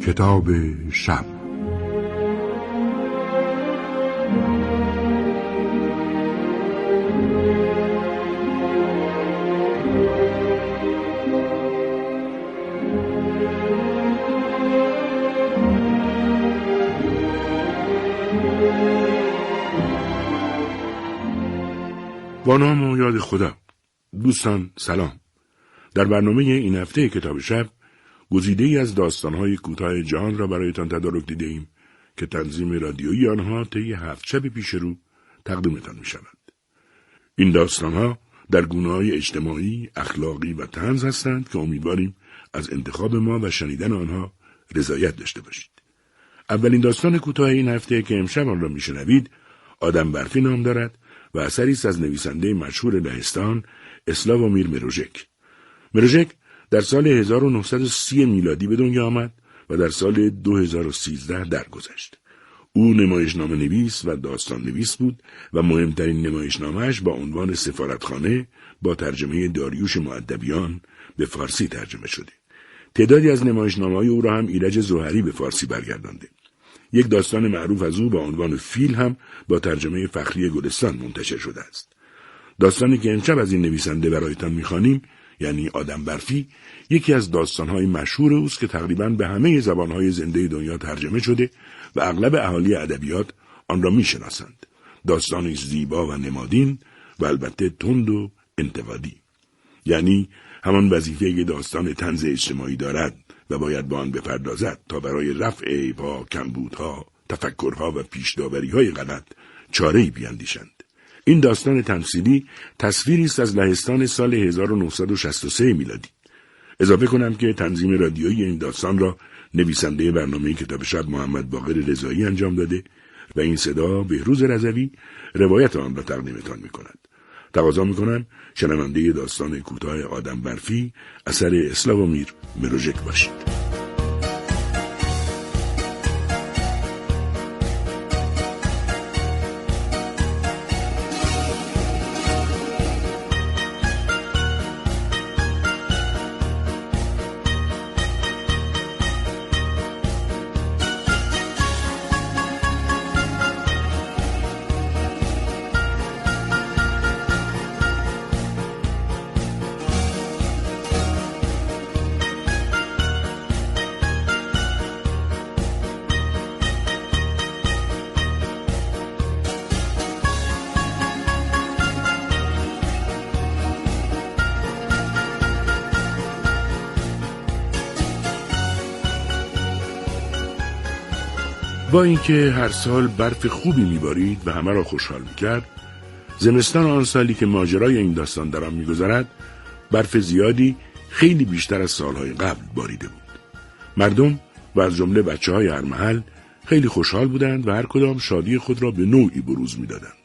کتاب شب. با نام و یاد خدا. دوستان سلام. در برنامه این هفته کتاب شب گزیده‌ای از داستان‌های کوتاه جهان را برایتان تدارک دیده‌ایم که تنظیم رادیویی آنها طی 7 شب پیش رو تقدیمتان می‌شود. این داستان‌ها در گونه‌های اجتماعی، اخلاقی و طنز هستند که امیدواریم از انتخاب ما و شنیدن آنها رضایت داشته باشید. اولین داستان کوتاه این هفته که امشب آن را می‌شنوید، آدم برفی نام دارد و اثری است از نویسنده مشهور لهستان اسلاومیر مروژک. مروژک در سال 1930 میلادی به دنیا آمد و در سال 2013 درگذشت. او نمایشنامه نویس و داستان نویس بود و مهمترین نمایشنامه‌اش با عنوان سفارتخانه با ترجمه داریوش مؤدبیان به فارسی ترجمه شده. تعدادی از نمایشنامه‌های او را هم ایرج زهری به فارسی برگردانده. یک داستان معروف از او با عنوان فیل هم با ترجمه فخری گلستان منتشر شده است. داستانی که امشب از این نویسنده برایتان می‌خوانیم، یعنی آدم برفی، یکی از داستان‌های مشهور اوست که تقریباً به همه زبان‌های زنده دنیا ترجمه شده و اغلب اهالی ادبیات آن را می‌شناسند. داستانی زیبا و نمادین و البته تند و انتقادی. یعنی همان وظیفه که داستان طنز اجتماعی دارد و باید با آن بپردازد تا برای رفع عیب‌ها، کمبودها، تفکرها و پیش‌داوری‌های غلط چاره‌ای بیاندیشند. این داستان تمثیلی تصویری است از لهستان سال 1963 میلادی. اضافه کنم که تنظیم رادیویی این داستان را نویسنده برنامه کتاب شب محمد باقر رضایی انجام داده و این صدا بهروز رضوی روایت آن را تقدیمتان می‌کند. تقاضا می‌کنم شنونده داستان کوتاه آدم برفی اثر اسلاومیر مروژک باشید. با اینکه هر سال برف خوبی میبارید و همه را خوشحال میکرد، زمستان آن سالی که ماجرای این داستان در آن میگذرد، برف زیادی خیلی بیشتر از سالهای قبل باریده بود. مردم و از جمله بچه‌های هر محل خیلی خوشحال بودند و هر کدام شادی خود را به نوعی بروز میدادند.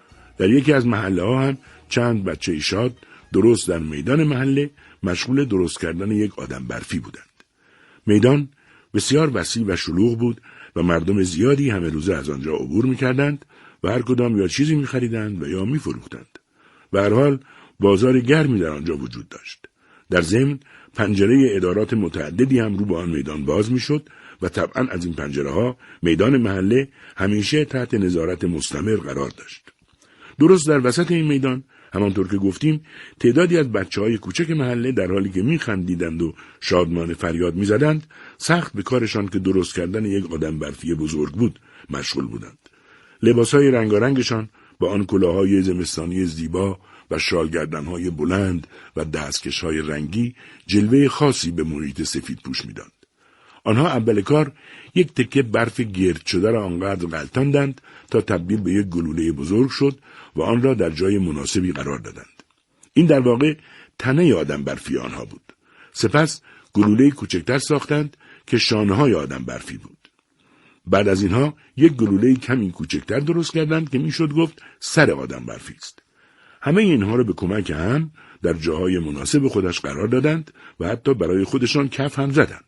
در یکی از محله‌ها هم چند بچه شاد درست در میدان محله مشغول درست کردن یک آدم برفی بودند. میدان بسیار وسیع و شلوغ بود و مردم زیادی همه روزه از آنجا عبور می‌کردند و هر کدام یا چیزی می‌خریدند و یا می‌فروختند. به هر حال بازار گرمی در آنجا وجود داشت. در ضمن پنجره ادارات متعددی هم رو به آن میدان باز می‌شد و طبعاً از این پنجره‌ها میدان محله همیشه تحت نظارت مستمر قرار داشت. درست در وسط این میدان، همانطور که گفتیم، تعدادی از بچه‌های کوچک محله در حالی که می‌خندیدند و شادمانه فریاد می‌زدند، سخت به کارشان که درست کردن یک آدم برفی بزرگ بود مشغول بودند. لباس‌های رنگارنگشان با آن کلاه‌های زمستانی زیبا و شالگردن‌های بلند و دستکش‌های رنگی جلوه خاصی به محیط سفید پوش می‌داد. آنها اول کار یک تکه برف گرد شده را آنقدر غلطاندند تا تبدیل به یک گلوله بزرگ شد و آن را در جای مناسبی قرار دادند. این در واقع تنه آدم برفی آنها بود. سپس گلوله کوچکتر ساختند که شانه‌های آدم برفی بود. بعد از اینها یک گلوله کمی کوچکتر درست کردند که میشد گفت سر آدم برفی است. همه اینها را به کمک هم در جاهای مناسب خودش قرار دادند و حتی برای خودشان کف هم زدند.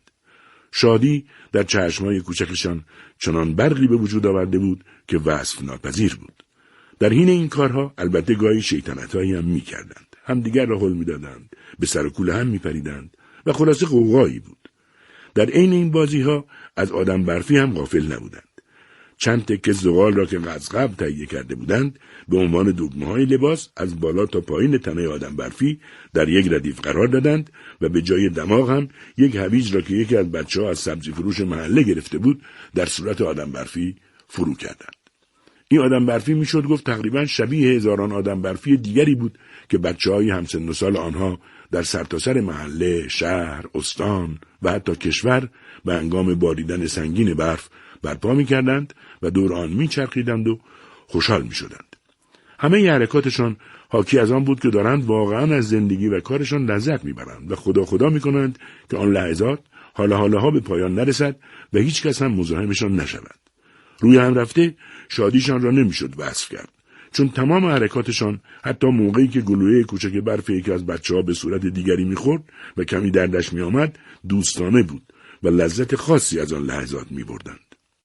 شادی در چشمای کوچکشان چنان برقی به وجود آورده بود که وصف ناپذیر بود. در حین این کارها البته گاهی شیطنتایی هم می‌کردند. همدیگر را هل می‌دادند، به سر و کوله هم می‌پریدند و خلاصه غوغایی بود. در عین این بازی‌ها از آدم برفی هم غافل نبودند. چند تکه زغال را که از قبل تهیه کرده بودند به عنوان دگمه‌های لباس از بالا تا پایین تنه آدم برفی در یک ردیف قرار دادند و به جای دماغ هم یک هویج را که یکی از بچه‌ها از سبزی فروش محله گرفته بود در صورت آدم برفی فرو کردند. این آدم برفی میشد گفت تقریباً شبیه هزاران آدم برفی دیگری بود که بچه‌های همسن و سال آنها در سرتاسر محله، شهر، استان و حتی کشور به هنگام باریدن سنگین برف برپا می‌کردند و دور آن می‌چرخیدند و خوشحال می‌شدند. همه ی حرکاتشان حاکی از آن بود که دارند واقعاً از زندگی و کارشان لذت می‌برند و خدا می‌کنند که آن لحظات حالا به پایان نرسد و هیچ کس هم مزاحمشان نشود. روی هم رفته شادیشان را نمی‌شد وصف کرد، چون تمام حرکاتشان حتی موقعی که گلوله کوچک برف یکی از بچه‌ها به صورت دیگری می‌خورد و کمی دردش می‌آمد دوستانه بود و لذت خاصی از آن لحظات می‌بردند.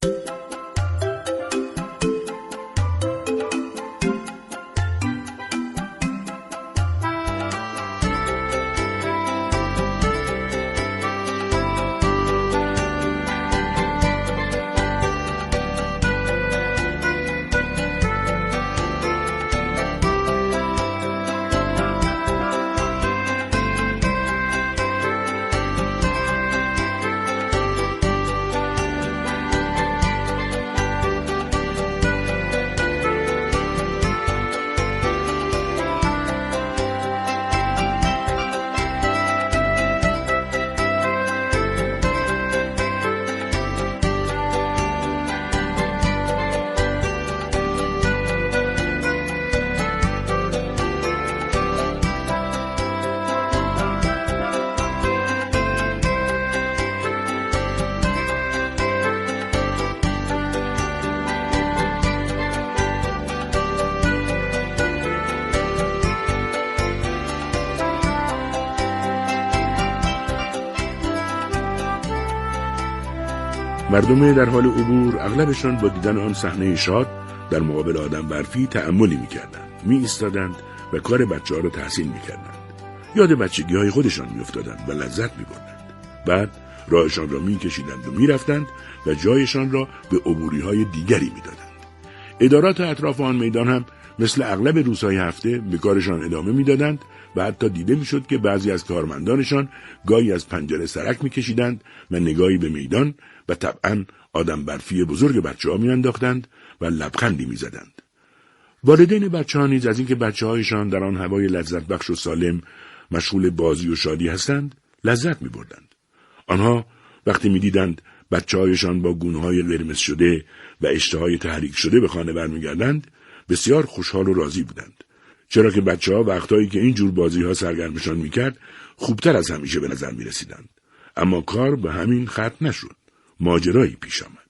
مردم در حال عبور اغلبشان با دیدن آن صحنه شاد در مقابل آدم برفی تأملی می‌کردند، می‌ایستادند و کار بچه‌ها را تحسین می‌کردند. یاد بچگی‌های خودشان می‌افتادند و لذت می‌بردند. بعد راهشان را می‌کشیدند و می‌رفتند و جایشان را به عبوری‌های دیگری می‌دادند. ادارات اطراف آن میدان هم مثل اغلب روزهای هفته به کارشان ادامه می‌دادند و حتی دیده می‌شد که بعضی از کارمندانشان گاهی از پنجره سرک می‌کشیدند و نگاهی به میدان و طبعاً آدم برفی بزرگ بچه‌ها می‌انداختند و لبخندی می‌زدند. والدین بچه‌ها نیز از اینکه بچه‌هایشان در آن هوای لذت بخش و سالم مشغول بازی و شادی هستند لذت می‌بردند. آنها وقتی می‌دیدند بچه‌هایشان با گونه‌های قرمز شده و اشتهای تحریک شده به خانه برمیگردند بسیار خوشحال و راضی بودند، چرا که بچه‌ها وقتایی که این جور بازی‌ها سرگرمشان می‌کرد خوبتر از همیشه به نظر می‌رسیدند. اما کار به همین ختم نشد. ماجرایی پیش آمد.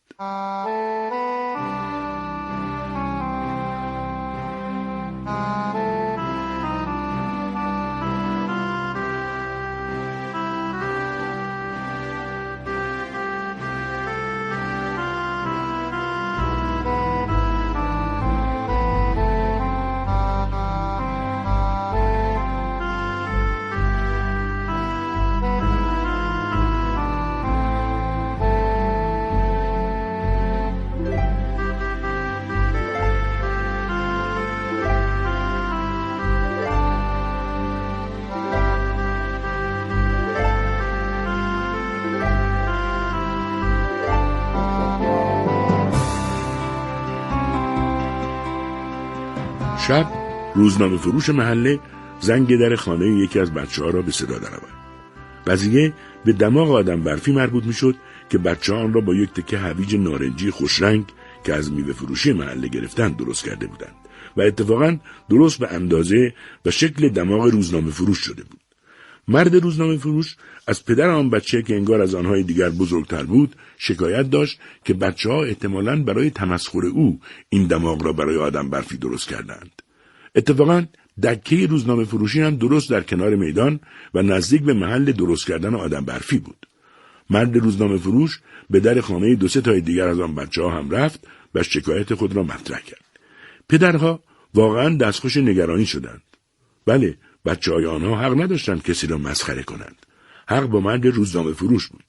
شب روزنامه فروش محله زنگ در خانه یکی از بچه‌ها را به صدا درآورد. قضیه به دماغ آدم برفی مربوط می‌شد که بچه‌ها آن را با یک تکه هویج نارنجی خوشرنگ که از میوه فروشی محله گرفتند درست کرده بودند و اتفاقاً درست به اندازه و شکل دماغ روزنامه فروش شده بود. مرد روزنامه فروش از پدر آن بچه که انگار از آنهای دیگر بزرگتر بود شکایت داشت که بچه‌ها احتمالاً برای تمسخر او این دماغ را برای آدم برفی درست کردند. اتفاقاً دکه روزنامه فروشی هم درست در کنار میدان و نزدیک به محل درست کردن آدم برفی بود. مرد روزنامه فروش به در خانه 2-3 تای دیگر از آن بچه‌ها هم رفت و شکایت خود را مطرح کرد. پدرها واقعاً دستخوش نگرانی شدند. بله، بچه‌های آنها حق نداشتند کسی را مسخره کنند. حق با مرد روزنامه فروش بود.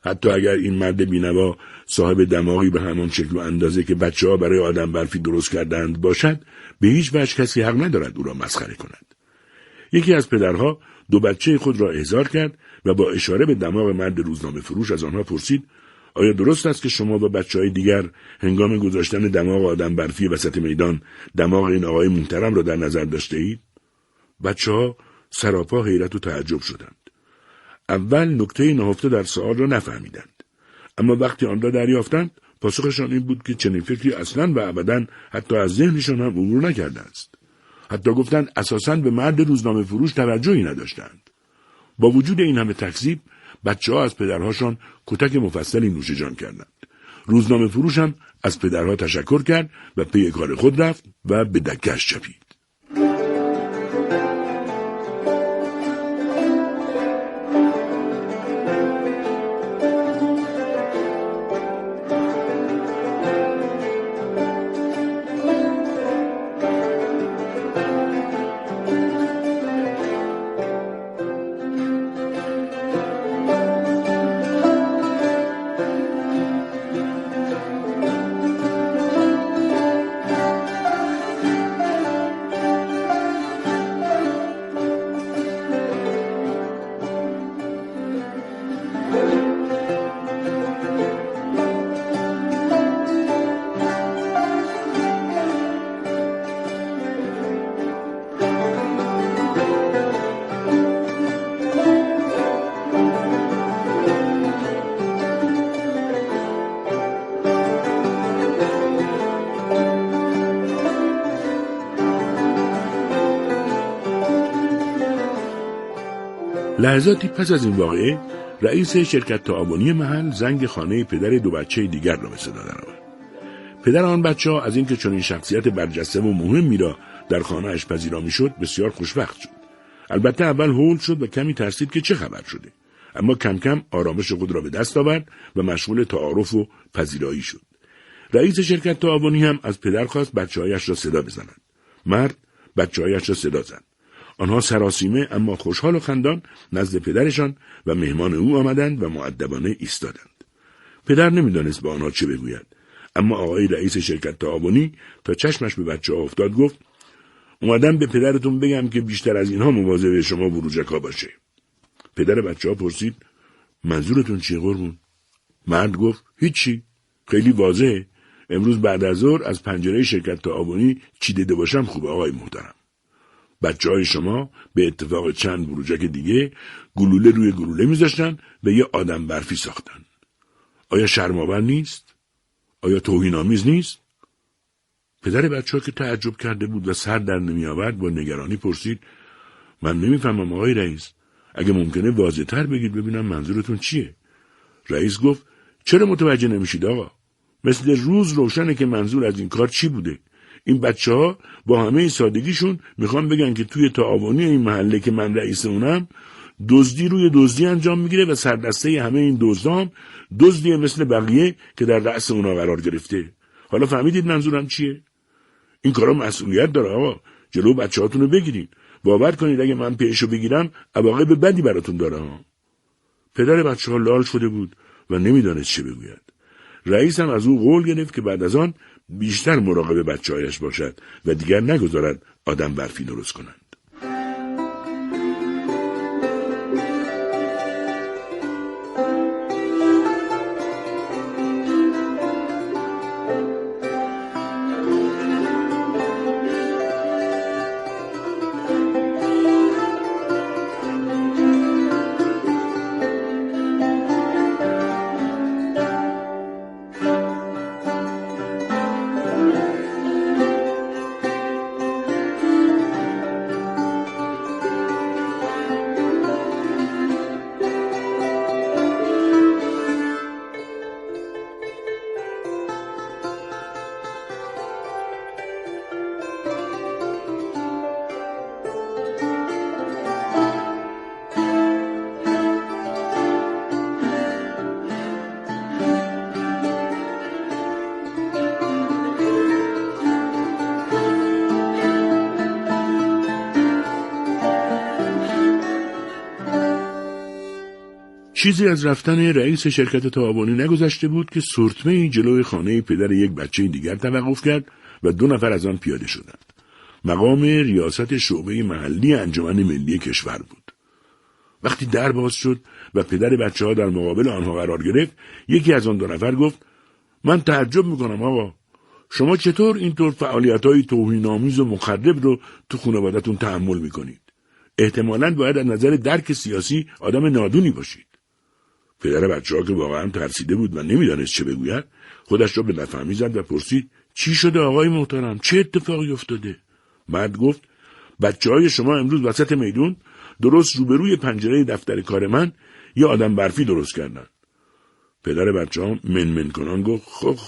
حتی اگر این مرد بینوا صاحب دماغی به همان شکل و اندازه که بچه‌ها برای آدم برفی درست کردند باشد، به هیچ وجه کسی حق ندارد او را مسخره کند. یکی از پدرها 2 بچه خود را احضار کرد و با اشاره به دماغ مرد روزنامه فروش از آنها پرسید: آیا درست است که شما و بچه‌های دیگر هنگام گذاشتن دماغ آدم برفی وسط میدان دماغ این آقای محترم را در نظر داشته اید؟ بچه‌ها سراپا حیرت و تعجب شدند. اول نکته نهفته در سؤال را نفهمیدند، اما وقتی آن را دریافتند پاسخشان این بود که چنین فکری اصلاً و ابداً حتی از ذهنشان هم عبور نکرده است. حتی گفتند اساساً به مرد روزنامه فروش توجهی نداشتند. با وجود این همه تکذیب، بچه‌ها از پدرهاشان کتک مفصلی نوش جان کردند. روزنامه فروش هم از پدرها تشکر کرد و پی کار خود رفت و به دکش چپید. لحظاتی پس از این واقعه، رئیس شرکت تعاونی محل زنگ خانه پدر 2 بچه دیگر را به صدا درآورد. پدر آن بچه‌ها از اینکه چنین شخصیت برجسته و مهمی را در خانه‌اش پذیرا می‌شد بسیار خوشبخت شد. البته اول هول شد و کمی ترسید که چه خبر شده، اما کم کم آرامش خود را به دست آورد و مشغول تعارف و پذیرایی شد. رئیس شرکت تعاونی هم از پدر خواست بچه‌هایش را صدا بزنند. مرد بچه‌هایش را صدا زد. آنها سراسیمه اما خوشحال و خندان نزد پدرشان و مهمان او آمدند و مؤدبانه ایستادند. پدر نمیدانست با آنها چه بگوید، اما آقای رئیس شرکت تعاونی تا چشمش به بچه‌ها افتاد گفت: اومدم به پدرتون بگم که بیشتر از اینها مواظب شما بروجکا باشه. پدر بچه‌ها پرسید: منظورتون چیه قربون؟ مرد گفت: هیچی، خیلی واضحه. امروز بعد از ظهر از پنجره شرکت تعاونی چی دیده باشم خوبه آقای محترم. بچه‌های شما به اتفاق چند بروجک دیگه گلوله روی گلوله میذاشتن و یه آدم برفی ساختن. آیا شرم‌آور نیست؟ آیا توهین‌آمیز نیست؟ پدر بچه‌ها که تعجب کرده بود و سر در نمی‌آورد با نگرانی پرسید: من نمی‌فهمم آقای رئیس، اگه ممکنه واضح‌تر بگید ببینم منظورتون چیه؟ رئیس گفت: چرا متوجه نمیشید آقا؟ مثل روز روشنه که منظور از این کار چی بوده. این بچه‌ها با همه سادگیشون میخوان بگن که توی تعاونی این محله که من رئیس اونم دزدی روی دزدی انجام میگیره و سردسته همه این دزدام دزدی مثل بقیه که در رأس اونا قرار گرفته. حالا فهمیدید منظورم چیه؟ این کارا مسئولیت داره آقا، جلو بچه‌هاتون رو بگیرین. باور کنید اگه من پیشو بگیرم عواقب بدی براتون داره ها. پدر بچه‌ها لال شده بود و نمیدانست چه بگوید. رئیس هم از او قول گرفت که بعد از آن بیشتر مراقب بچه‌هایش باشد و دیگر نگذارد آدم برفی درست کنند. چیزی از رفتن رئیس شرکت تعاونی نگذشته بود که سورتمه‌ای جلوی خانه پدر یک بچه دیگر توقف کرد و 2 نفر از آن پیاده شدند. مقام ریاست شعبه محلی انجمن ملی کشور بود. وقتی در باز شد و پدر بچه‌ها در مقابل آنها قرار گرفت، یکی از آن 2 نفر گفت: من تعجب میکنم آقا، شما چطور اینطور فعالیت‌های توهین‌آمیز و مخرب رو تو خانواده‌تون تحمل میکنید؟ احتمالاً باید از نظر درک سیاسی آدم نادونی باشید. پدر بچه‌ها که واقعاً ترسیده بود و نمیدانست چه بگوید، خودش را به نفهمی زد و پرسید: چی شده آقای محترم؟ چه اتفاقی افتاده؟ مرد گفت: بچه‌های شما امروز وسط میدون درست روبروی پنجره دفتر کار من یه آدم برفی درست کردن. پدر بچه‌ها منمن کنان گفت: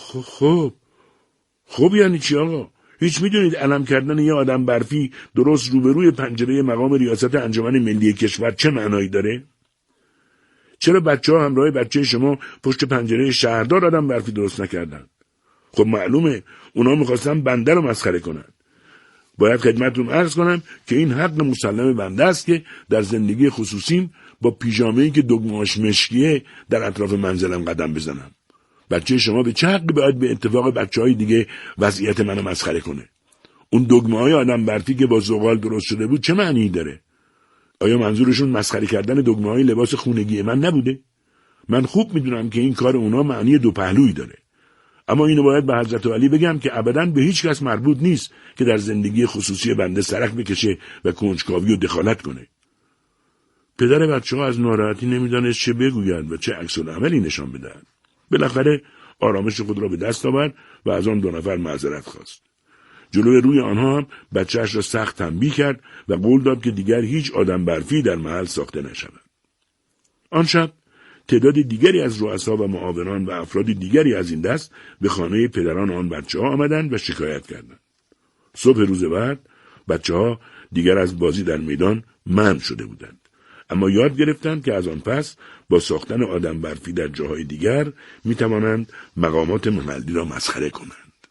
خب یعنی چی آقا؟ هیچ میدونید علم کردن یه آدم برفی درست روبروی پنجره مقام ریاست انجمن ملی کشور چه معنایی داره؟ چرا بچه‌ها همراه بچه شما پشت پنجره شهردار آدم برفی درست نکردن؟ خب معلومه اونا می‌خواستن بنده رو مسخره کنن. باید خدمتتون عرض کنم که این حق مسلم بنده است که در زندگی خصوصیم با پیژامه‌ای که دگمه‌اش مشکیه در اطراف منزلم قدم بزنم. بچه شما به چه حقی باید به اتفاق بچه‌های دیگه وضعیت منو مسخره کنه؟ اون دگمه‌های آدم برفی که با زغال درست شده بود چه معنی داره؟ آیا منظورشون مسخره کردن دگمه‌های لباس خونگی من نبوده؟ من خوب میدونم که این کار اونا معنی 2 پهلویی داره. اما اینو باید به حضرت علی بگم که ابداً به هیچ کس مربوط نیست که در زندگی خصوصی بنده سرک بکشه و کنجکاوی و دخالت کنه. پدر بچه‌ها از ناراحتی نمیدانست چه بگوید و چه عکس‌العملی نشان بدهد. بالاخره آرامش خود را به دست آورد و از آن 2 نفر معذرت خواست. جلوی روی آنها هم بچه‌اش را سخت تنبیه کرد و قول داد که دیگر هیچ آدم برفی در محل ساخته نشود. آن شب تعداد دیگری از رؤسا و معاونان و افراد دیگری از این دست به خانه پدران آن بچه‌ها آمدند و شکایت کردند. صبح روز بعد بچه‌ها دیگر از بازی در میدان منع شده بودند، اما یاد گرفتند که از آن پس با ساختن آدم برفی در جاهای دیگر می‌توانند مقامات محلی را مسخره کنند.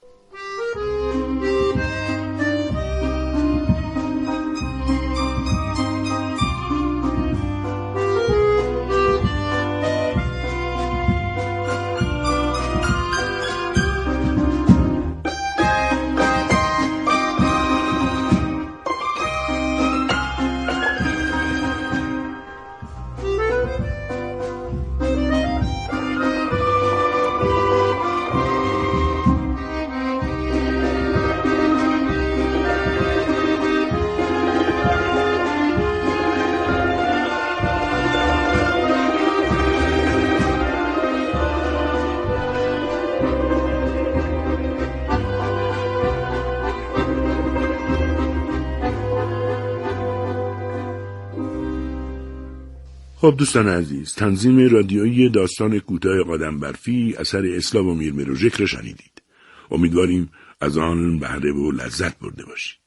خب دوستان عزیز، تنظیم رادیویی داستان کوتاه آدم برفی اثر اسلام و میر مروژک را شنیدید. امیدواریم از آن بهره و لذت برده باشید.